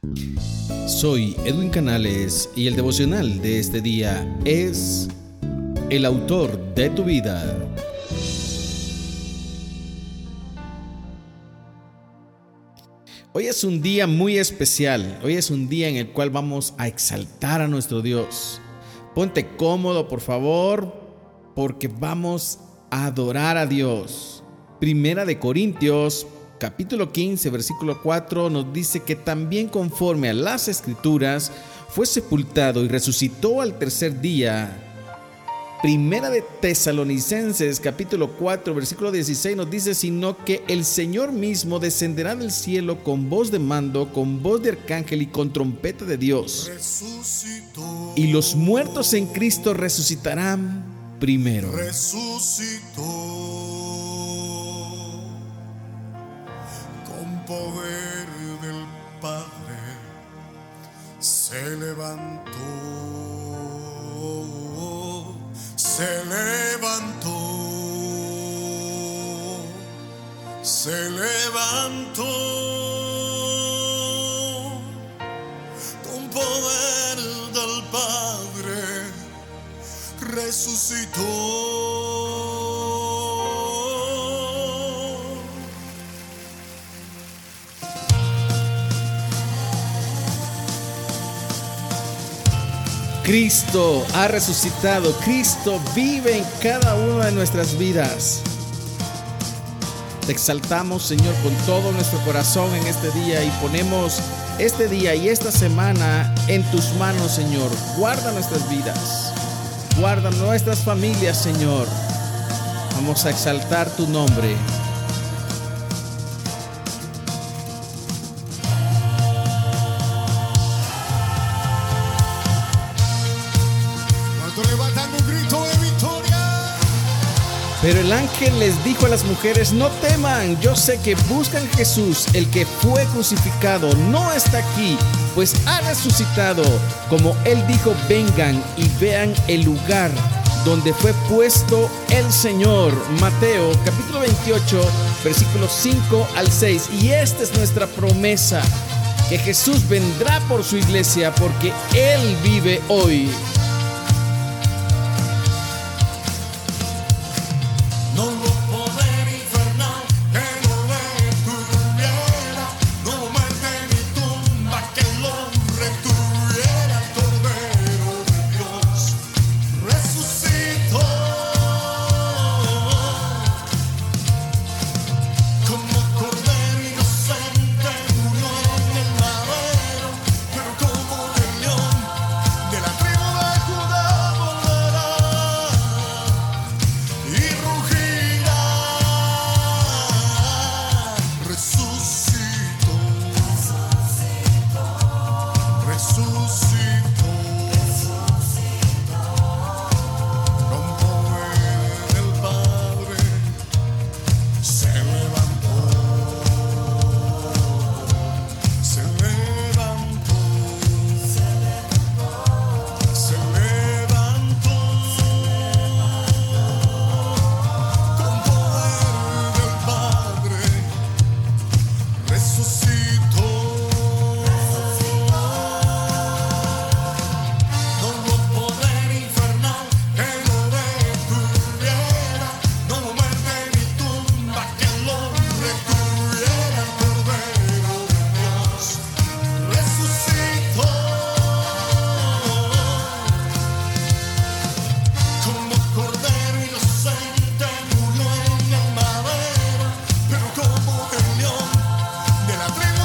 Soy Edwin Canales y el devocional de este día es El autor de tu vida. Hoy es un día muy especial, hoy es un día en el cual vamos a exaltar a nuestro Dios. Ponte cómodo, por favor, porque vamos a adorar a Dios. Primera de Corintios, capítulo 15, versículo 4, nos dice que también conforme a las Escrituras fue sepultado y resucitó al tercer día. Primera de Tesalonicenses, capítulo 4, versículo 16 nos dice, sino que el Señor mismo descenderá del cielo con voz de mando, con voz de arcángel y con trompeta de Dios. Resucitó, y los muertos en Cristo resucitarán primero. resucitó, con poder del Padre se levantó, se levantó, se levantó, con poder del Padre resucitó. Cristo ha resucitado, Cristo vive en cada una de nuestras vidas. Te exaltamos, Señor, con todo nuestro corazón en este día y ponemos este día y esta semana en tus manos, Señor. Guarda nuestras vidas, guarda nuestras familias, Señor. Vamos a exaltar tu nombre. Cuando levantan un grito de victoria. Pero el ángel les dijo a las mujeres, no teman, yo sé que buscan a Jesús, el que fue crucificado, no está aquí, pues ha resucitado. Como él dijo, vengan y vean el lugar donde fue puesto el Señor. Mateo capítulo 28, versículos 5 al 6. Y esta es nuestra promesa, que Jesús vendrá por su iglesia, porque Él vive hoy. No hubo poder infernal que no detuviera, no hubo muerte ni tumba que lo retuviera. El Cordero de Dios resucitó, como cordero inocente murió en el madero, pero como el león de la tribu de Judá volverá y rugirá. Resucitó, resucitó, con poder del Padre se levantó, se levantó, se levantó, con poder del Padre resucitó. No hubo poder infernal que lo detuviera, no hubo muerte ni tumba que lo retuviera. El Cordero de Dios resucitó, como cordero inocente murió en el madero, pero como el león de la tribu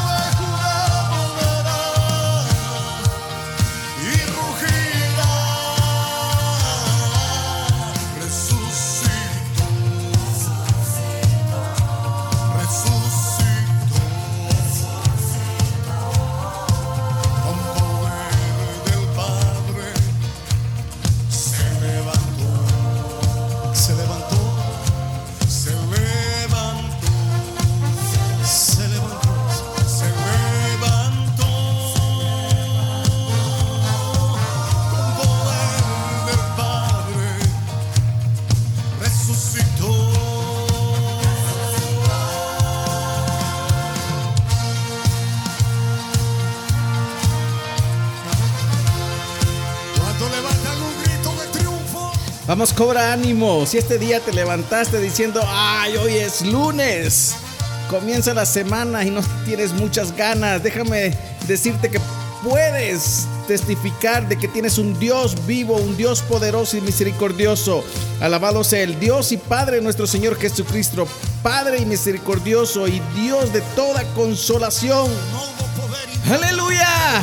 Vamos, cobra ánimo. Si este día te levantaste diciendo, ay, hoy es lunes, comienza la semana y no tienes muchas ganas, déjame decirte que puedes testificar de que tienes un Dios vivo, un Dios poderoso y misericordioso. Alabado sea el Dios y Padre nuestro Señor Jesucristo, Padre y misericordioso y Dios de toda consolación. ¡Aleluya!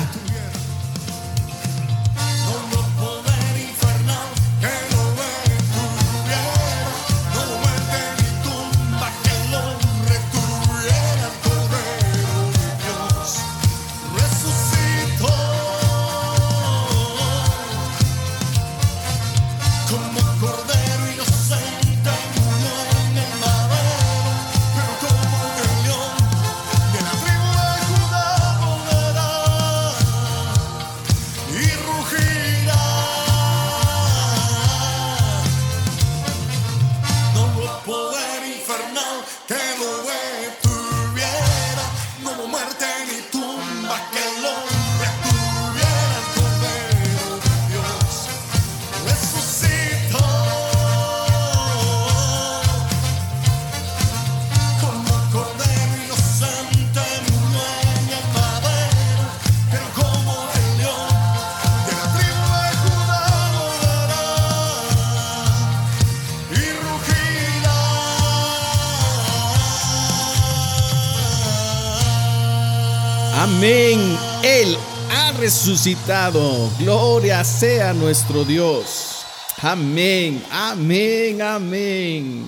Amén. Él ha resucitado. Gloria sea nuestro Dios. Amén, amén, amén.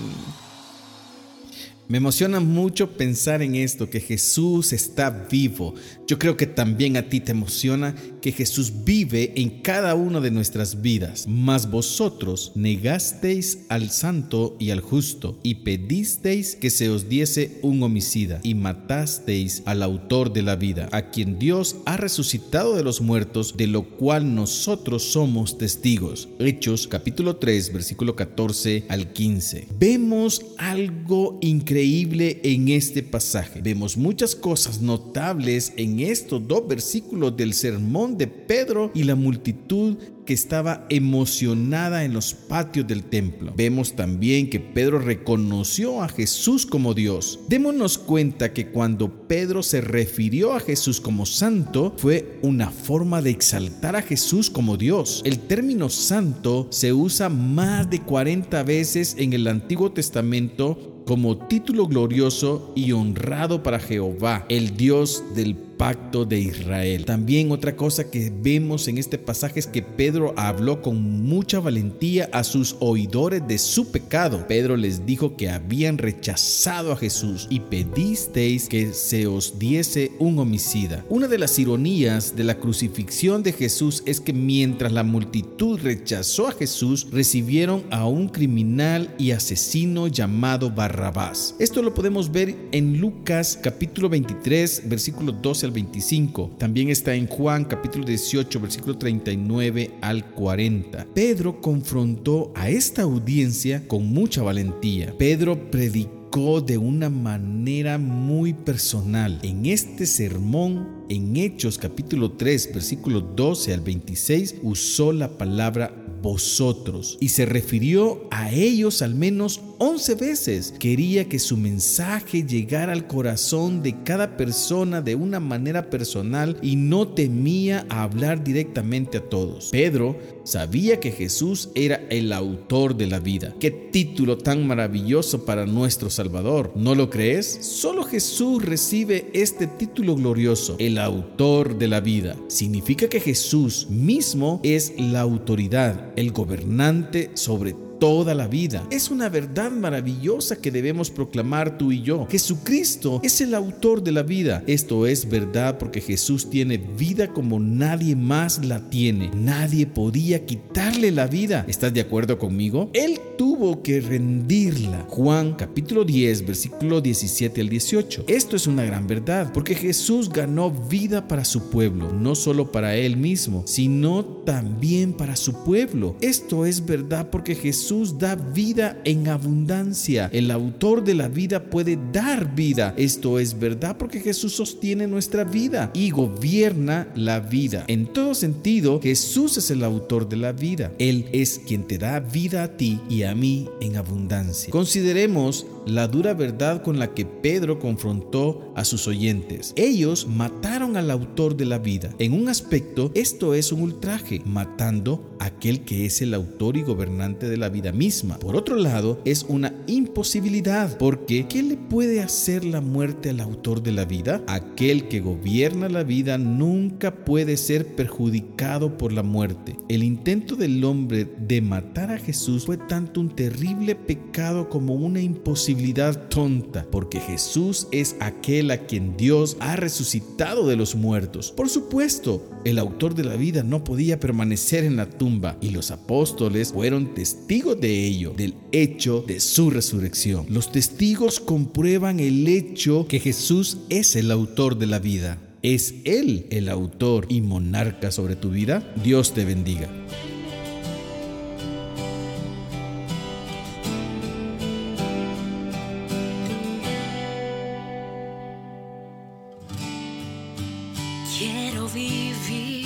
Me emociona mucho pensar en esto, que Jesús está vivo. Yo creo que también a ti te emociona que Jesús vive en cada una de nuestras vidas. Mas vosotros negasteis al santo y al justo, y pedisteis que se os diese un homicida, y matasteis al autor de la vida, a quien Dios ha resucitado de los muertos, de lo cual nosotros somos testigos. Hechos capítulo 3, versículo 14 al 15. Vemos algo increíble en este pasaje. Vemos muchas cosas notables en estos dos versículos del sermón de Pedro y la multitud que estaba emocionada en los patios del templo. Vemos también que Pedro reconoció a Jesús como Dios. Démonos cuenta que cuando Pedro se refirió a Jesús como santo, fue una forma de exaltar a Jesús como Dios. El término santo se usa más de 40 veces en el Antiguo Testamento como título glorioso y honrado para Jehová, el Dios del pacto de Israel. También otra cosa que vemos en este pasaje es que Pedro habló con mucha valentía a sus oidores de su pecado. Pedro les dijo que habían rechazado a Jesús y pedisteis que se os diese un homicida. Una de las ironías de la crucifixión de Jesús es que mientras la multitud rechazó a Jesús, recibieron a un criminal y asesino llamado Barrabás. Esto lo podemos ver en Lucas capítulo 23, versículos 12 al 25. También está en Juan capítulo 18, versículo 39 al 40. Pedro confrontó a esta audiencia con mucha valentía. Pedro predicó de una manera muy personal. En este sermón, en Hechos capítulo 3, versículo 12 al 26, usó la palabra vosotros y se refirió a ellos al menos 11 veces. Quería que su mensaje llegara al corazón de cada persona de una manera personal y no temía a hablar directamente a todos. Pedro sabía que Jesús era el autor de la vida. ¡Qué título tan maravilloso para nuestro Salvador! ¿No lo crees? Solo Jesús recibe este título glorioso, el autor de la vida. Significa que Jesús mismo es la autoridad, el gobernante sobre toda la vida. Es una verdad maravillosa que debemos proclamar tú y yo. Jesucristo es el autor de la vida. Esto es verdad porque Jesús tiene vida como nadie más la tiene. Nadie podía quitarle la vida. ¿Estás de acuerdo conmigo? Él tuvo que rendirla. Juan capítulo 10, versículo 17 al 18. Esto es una gran verdad, porque Jesús ganó vida para su pueblo, no solo para Él mismo, sino también para su pueblo. Esto es verdad porque Jesús da vida en abundancia. El autor de la vida puede dar vida. Esto es verdad porque Jesús sostiene nuestra vida y gobierna la vida. En todo sentido, Jesús es el autor de la vida. Él es quien te da vida a ti y a mí en abundancia. Consideremos la dura verdad con la que Pedro confrontó a sus oyentes. Ellos mataron al autor de la vida. En un aspecto, esto es un ultraje, matando a aquel que es el autor y gobernante de la vida misma. Por otro lado, es una imposibilidad, porque ¿qué le puede hacer la muerte al autor de la vida? Aquel que gobierna la vida nunca puede ser perjudicado por la muerte. El intento del hombre de matar a Jesús fue tanto un terrible pecado como una imposibilidad tonta, porque Jesús es aquel a quien Dios ha resucitado de los muertos. Por supuesto, el autor de la vida no podía permanecer en la tumba, y los apóstoles fueron testigos de ello, del hecho de su resurrección. Los testigos comprueban el hecho que Jesús es el autor de la vida. ¿Es Él el autor y monarca sobre tu vida? Dios te bendiga. Quiero vivir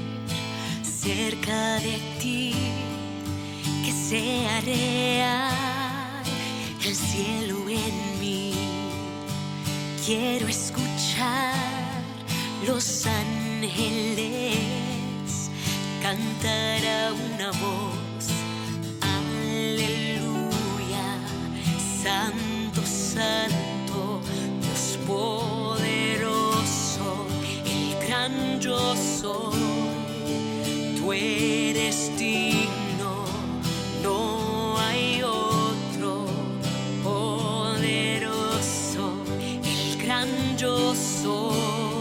cerca de ti, que sea real el cielo en mí. Quiero escuchar los ángeles cantar a una voz: aleluya, santo, santo, Dios poderoso, el gran yo soy. Tú eres digno, no hay otro poderoso, el gran yo soy.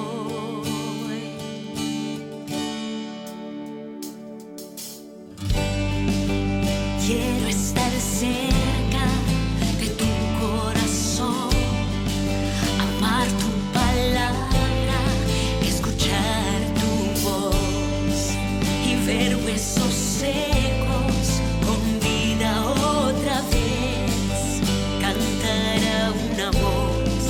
Quiero estar cerca de tu corazón, amar tu palabra, escuchar tu voz y ver huesos secos con vida otra vez, cantar a una voz: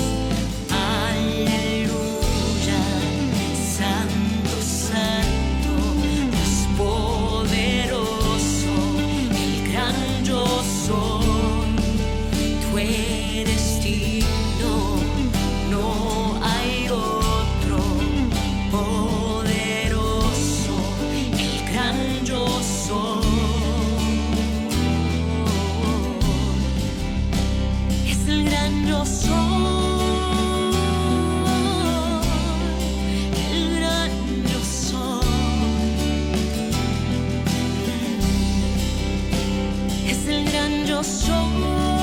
aleluya, santo, santo, Dios poderoso, el gran yo soy. Tú eres digno, no hay otro poderoso, el gran yo soy. Es el gran yo soy, el gran yo soy. Es el gran yo soy.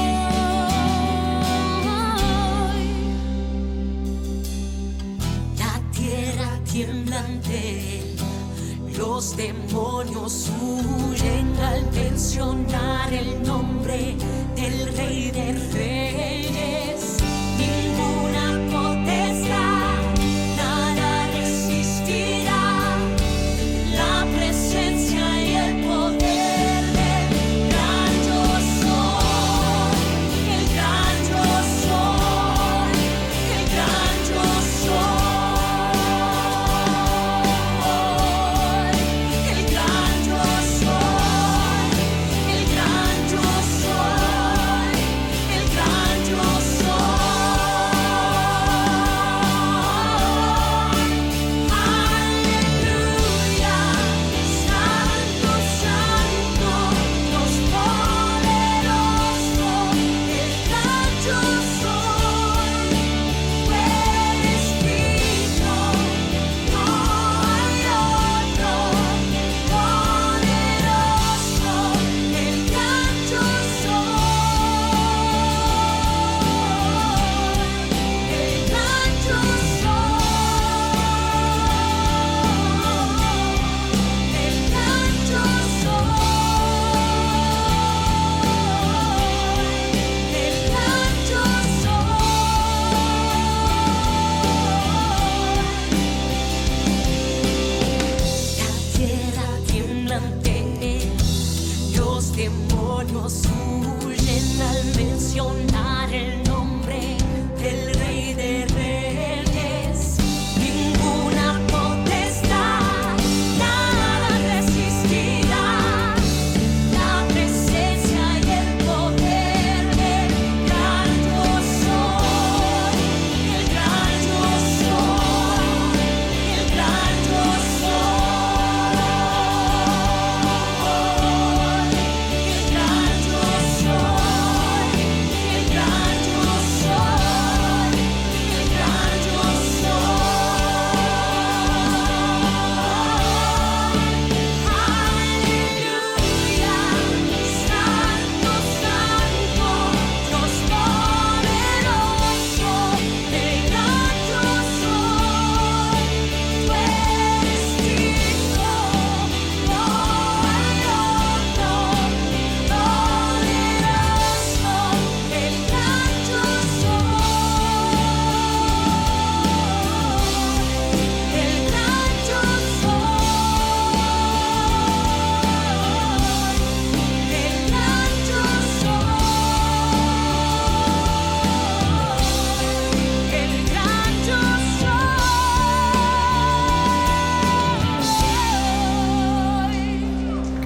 La tierra tiembla ante él, los demonios huyen al mencionar el nombre del Rey de Reyes. Ninguna potestad, nada resistirá la presencia y el poder del gran yo soy, el gran yo soy, el gran yo soy, el gran yo soy, el gran yo soy, el gran yo soy.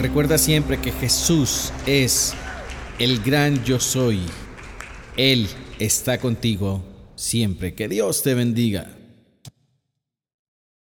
Recuerda siempre que Jesús es el gran yo soy. Él está contigo siempre. Que Dios te bendiga.